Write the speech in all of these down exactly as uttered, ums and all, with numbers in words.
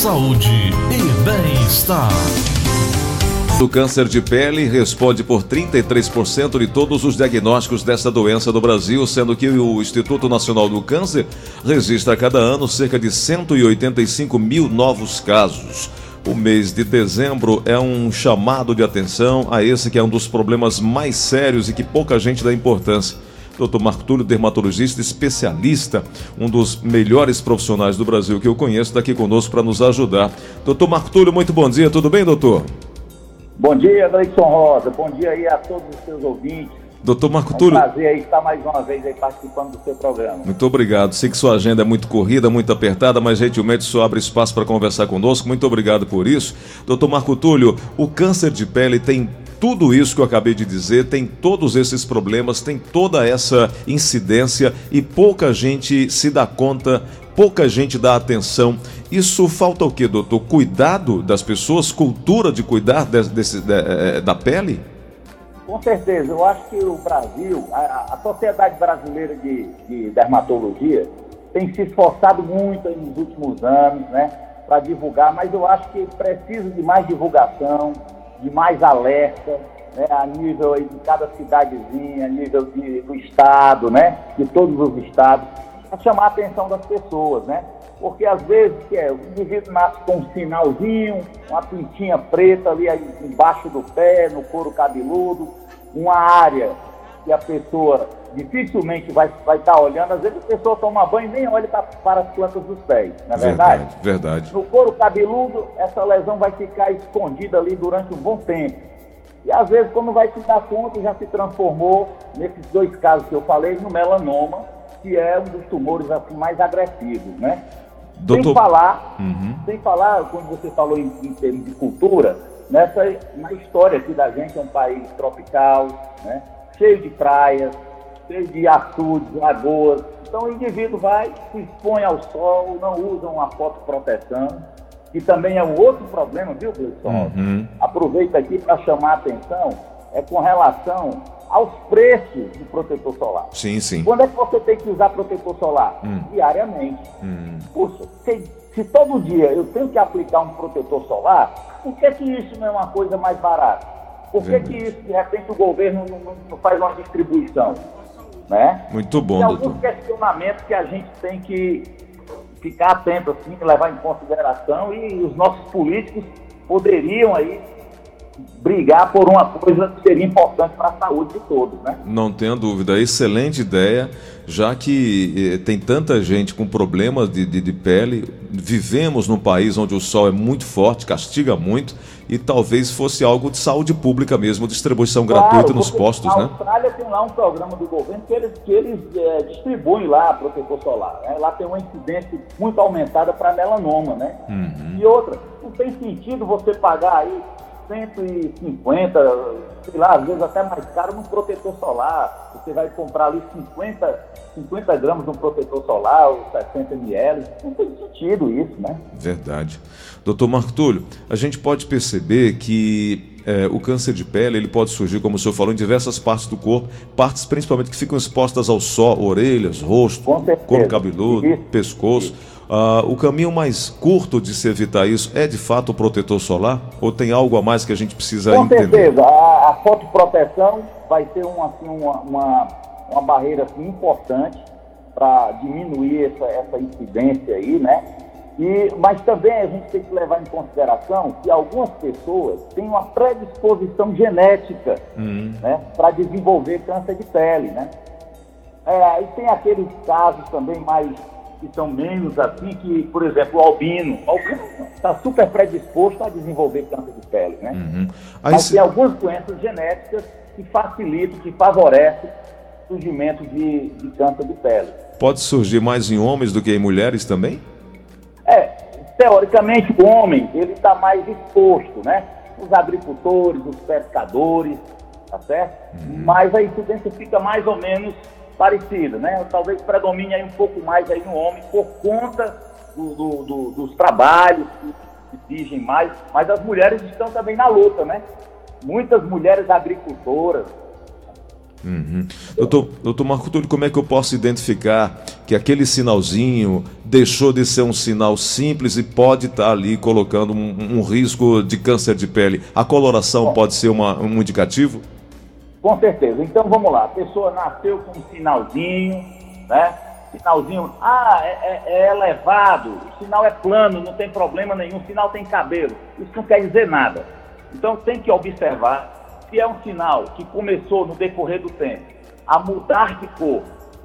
saúde e bem-estar. O câncer de pele responde por trinta e três por cento de todos os diagnósticos desta doença no Brasil, sendo que o Instituto Nacional do Câncer registra a cada ano cerca de cento e oitenta e cinco mil novos casos. O mês de dezembro é um chamado de atenção a esse que é um dos problemas mais sérios e que pouca gente dá importância. doutor Marco Túlio, dermatologista especialista, um dos melhores profissionais do Brasil que eu conheço, está aqui conosco para nos ajudar. doutor Marco Túlio, muito bom dia, tudo bem, doutor? Bom dia, Gleison Rosa. Bom dia aí a todos os seus ouvintes. doutor Marco Túlio. É um prazer aí estar mais uma vez aí participando do seu programa. Muito obrigado. Sei que sua agenda é muito corrida, muito apertada, mas gentilmente o senhor abre espaço para conversar conosco. Muito obrigado por isso. doutor Marco Túlio, o câncer de pele tem tudo isso que eu acabei de dizer, tem todos esses problemas, tem toda essa incidência e pouca gente se dá conta, pouca gente dá atenção. Isso falta o quê, doutor? Cuidado das pessoas, cultura de cuidar de, desse, de, da pele? Com certeza. Eu acho que o Brasil, a, a Sociedade Brasileira de, de Dermatologia tem se esforçado muito aí nos últimos anos, né, para divulgar, mas eu acho que precisa de mais divulgação, de mais alerta, né, a nível aí de cada cidadezinha, a nível de, do estado, né, de todos os estados, para chamar a atenção das pessoas, né? Porque às vezes que é, o indivíduo nasce com um sinalzinho, uma pintinha preta ali embaixo do pé, no couro cabeludo, uma área que a pessoa dificilmente vai vai estar olhando. Às vezes a pessoa toma banho e nem olha pra, para as plantas dos pés, não é verdade? Verdade, verdade. No couro cabeludo, essa lesão vai ficar escondida ali durante um bom tempo. E às vezes, quando vai se dar conta, já se transformou, nesses dois casos que eu falei, no melanoma, que é um dos tumores assim, mais agressivos, né? Doutor... Sem falar, uhum. sem falar, quando você falou em, em termos de cultura, nessa, na história aqui da gente, é um país tropical, né? Cheio de praias, cheio de açudes, lagoas. Então o indivíduo vai, se expõe ao sol, não usa uma fotoproteção, que também é um outro problema, viu, Gleison? Uhum. Aproveita aqui para chamar a atenção, é com relação aos preços do protetor solar. Sim, sim. Quando é que você tem que usar protetor solar? Hum. Diariamente. Hum. Puxa, se, se todo dia eu tenho que aplicar um protetor solar, por que que isso não é uma coisa mais barata? Por que que isso, de repente, o governo não, não, não faz uma distribuição? Né? Muito bom, tem doutor. Alguns questionamentos que a gente tem que ficar atento, assim, levar em consideração, e os nossos políticos poderiam aí brigar por uma coisa que seria importante para a saúde de todos, né? Não tenho dúvida, excelente ideia, já que eh, tem tanta gente com problemas de, de, de pele, vivemos num país onde o sol é muito forte, castiga muito, e talvez fosse algo de saúde pública mesmo, distribuição claro, gratuita nos postos, na né? Na Austrália tem lá um programa do governo que eles, que eles é, distribuem lá protetor solar, né? Lá tem uma incidência muito aumentada para melanoma, né? Uhum. E outra, não tem sentido você pagar aí cento e cinquenta, sei lá, às vezes até mais caro num protetor solar. Você vai comprar ali cinquenta, cinquenta gramas de um protetor solar, ou sessenta mililitros. Não tem sentido isso, né? Verdade. doutor Marco Túlio, a gente pode perceber que é, o câncer de pele ele pode surgir, como o senhor falou, em diversas partes do corpo, partes principalmente que ficam expostas ao sol, orelhas, rosto, couro cabeludo, isso, pescoço. Isso. Uh, o caminho mais curto de se evitar isso é de fato o protetor solar? Ou tem algo a mais que a gente precisa Com entender? Com certeza, a, a fotoproteção vai ser um, assim, uma, uma, uma barreira assim, importante para diminuir essa, essa incidência aí, né? E, mas também a gente tem que levar em consideração que algumas pessoas têm uma predisposição genética, hum. né, para desenvolver câncer de pele, né? É, e tem aqueles casos também mais que são menos assim, que, por exemplo, o albino. O albino está super predisposto a desenvolver câncer de pele, né? Uhum. Aí, mas se... tem algumas doenças genéticas que facilitam, que favorecem o surgimento de, de câncer de pele. Pode surgir mais em homens do que em mulheres também? É, teoricamente o homem, ele está mais exposto, né? Os agricultores, os pescadores, tá certo? Uhum. Mas a incidência fica mais ou menos parecida, né? Talvez predomine aí um pouco mais aí no homem por conta do, do, do, dos trabalhos que exigem mais, mas as mulheres estão também na luta, né? Muitas mulheres agricultoras, Uhum. Doutor, doutor Marco Túlio, como é que eu posso identificar que aquele sinalzinho deixou de ser um sinal simples e pode estar ali colocando um, um risco de câncer de pele? A coloração Bom, pode ser uma, um indicativo? Com certeza. Então vamos lá. A pessoa nasceu com um sinalzinho, né? Sinalzinho, ah, é, é, é elevado, o sinal é plano, não tem problema nenhum, o sinal tem cabelo. Isso não quer dizer nada. Então tem que observar se é um sinal que começou no decorrer do tempo a mudar de cor,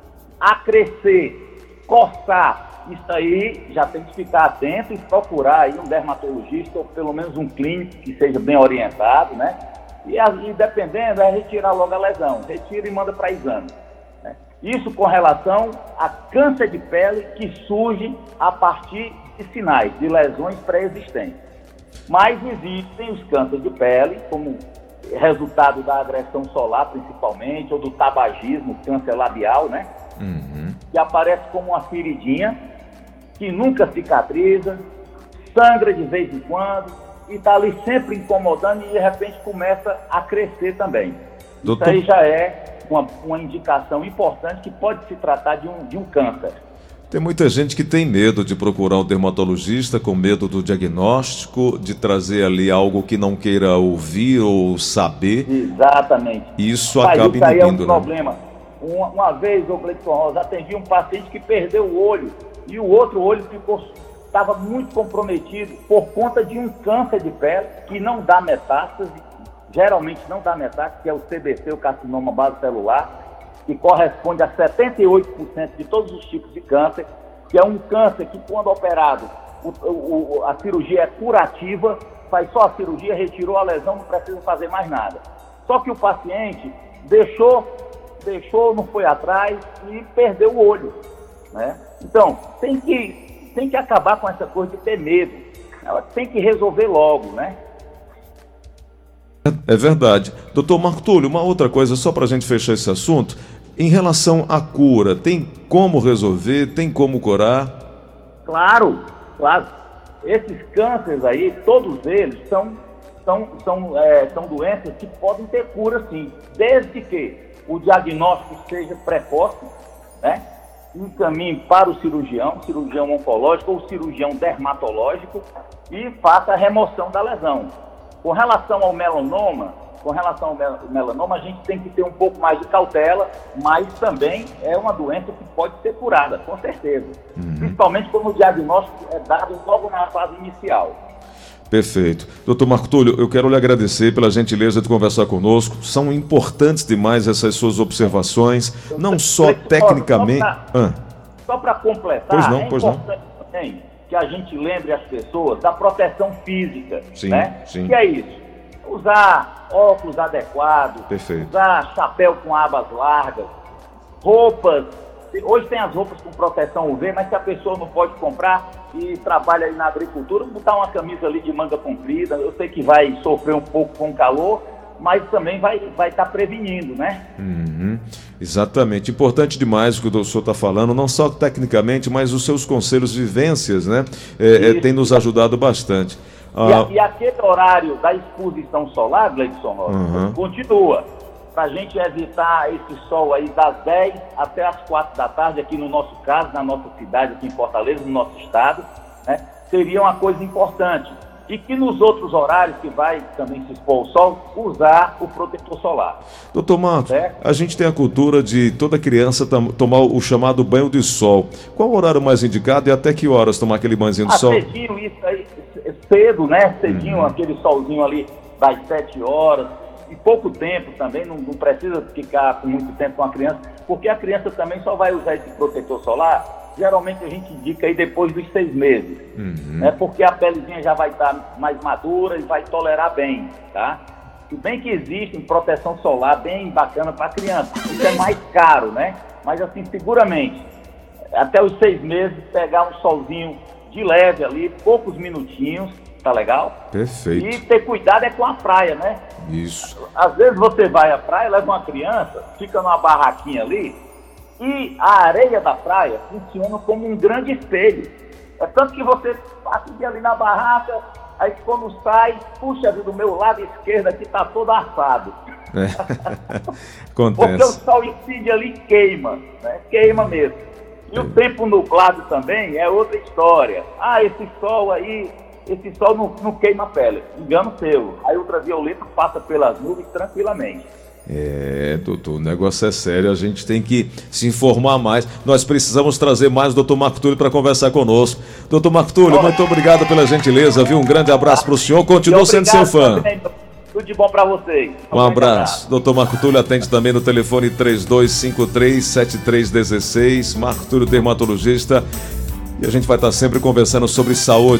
a crescer, coçar. Isso aí já tem que ficar atento e procurar aí um dermatologista ou pelo menos um clínico que seja bem orientado, né? E, e dependendo, é retirar logo a lesão. Retira e manda para exame. Né? Isso com relação a câncer de pele que surge a partir de sinais, de lesões pré-existentes. Mas existem os cânceres de pele, como resultado da agressão solar, principalmente, ou do tabagismo, câncer labial, né? Uhum. Que aparece como uma feridinha, que nunca cicatriza, sangra de vez em quando, e está ali sempre incomodando e de repente começa a crescer também. Doutor... Isso aí já é uma, uma indicação importante que pode se tratar de um, de um câncer. Tem muita gente que tem medo de procurar um dermatologista, com medo do diagnóstico, de trazer ali algo que não queira ouvir ou saber. Exatamente. Isso Pai, acaba isso aí inibindo, é um né? problema. Uma, uma vez, o Gleison Rosa, atendi um paciente que perdeu o olho e o outro olho ficou, estava muito comprometido por conta de um câncer de pele que não dá metástase, geralmente não dá metástase, que é o C B C, o carcinoma basocelular, que corresponde a setenta e oito por cento de todos os tipos de câncer, que é um câncer que, quando operado, o, o, a cirurgia é curativa, faz só a cirurgia, retirou a lesão, não precisa fazer mais nada. Só que o paciente deixou, deixou, não foi atrás e perdeu o olho, né? Então, tem que, tem que acabar com essa coisa de ter medo. Ela tem que resolver logo, né? É verdade. Doutor Marco Túlio, uma outra coisa, só para a gente fechar esse assunto, em relação à cura, tem como resolver, tem como curar? Claro, claro. Esses cânceres aí, todos eles são, são, são, é, são doenças que podem ter cura sim, desde que o diagnóstico seja precoce, né? Encaminhe para o cirurgião, cirurgião oncológico ou cirurgião dermatológico e faça a remoção da lesão. Com relação ao melanoma, com relação ao melanoma, a gente tem que ter um pouco mais de cautela, mas também é uma doença que pode ser curada, com certeza. Uhum. Principalmente quando o diagnóstico é dado logo na fase inicial. Perfeito. Doutor Marco Túlio, eu quero lhe agradecer pela gentileza de conversar conosco. São importantes demais essas suas observações, não só tecnicamente... Só para ah. completar, pois não, é pois importante não. também que a gente lembre as pessoas da proteção física, sim, né? Sim. Que é isso, usar óculos adequados, Perfeito. Usar chapéu com abas largas, roupas, hoje tem as roupas com proteção U V, mas se a pessoa não pode comprar e trabalha aí na agricultura, botar uma camisa ali de manga comprida, eu sei que vai sofrer um pouco com o calor, mas também vai vai estar tá prevenindo, né? Uhum. Exatamente. Importante demais o que o senhor está falando, não só tecnicamente, mas os seus conselhos, vivências, né? É, é, tem nos ajudado bastante. E, a, e aquele horário da exposição solar, Gleison Rosa, uhum. continua. Para a gente evitar esse sol aí das dez até as quatro da tarde, aqui no nosso caso, na nossa cidade, aqui em Fortaleza, no nosso estado, né? Seria uma coisa importante. E que nos outros horários que vai também se expor ao sol, usar o protetor solar. Doutor Marcos, certo? A gente tem a cultura de toda criança tam- tomar o chamado banho de sol. Qual o horário mais indicado e até que horas tomar aquele banhozinho de ah, sol? Cedinho, isso aí, cedo, né? Cedinho, uhum. aquele solzinho ali das sete horas. E pouco tempo também, não, não precisa ficar com muito tempo com a criança, porque a criança também só vai usar esse protetor solar. Geralmente a gente indica aí depois dos seis meses, uhum. né? Porque a pelezinha já vai estar mais madura e vai tolerar bem, tá? Se bem que existe proteção solar bem bacana para criança, isso é mais caro, né? Mas assim, seguramente, até os seis meses, pegar um solzinho de leve ali, poucos minutinhos, tá legal? Perfeito. E ter cuidado é com a praia, né? Isso. Às vezes você vai à praia, leva uma criança, fica numa barraquinha ali, e a areia da praia funciona como um grande espelho. É tanto que você passa ali na barraca, aí quando sai, puxa vida, do meu lado esquerdo aqui tá todo assado. É. Porque o Acontece. sol incide ali queima, né? Queima mesmo. E o tempo nublado também é outra história. Ah, esse sol aí, esse sol não, não queima a pele. Engano seu. A ultravioleta passa pelas nuvens tranquilamente. É, doutor, o negócio é sério, a gente tem que se informar mais. Nós precisamos trazer mais o doutor Marco Túlio para conversar conosco. doutor Marco Túlio, muito obrigado pela gentileza, viu? Um grande abraço para o senhor, continuo sendo seu fã. Também. Tudo de bom para vocês. Um abraço. doutor Marco Túlio atende também no telefone três dois cinco três, sete três um seis. Marco Túlio, dermatologista. E a gente vai estar sempre conversando sobre saúde.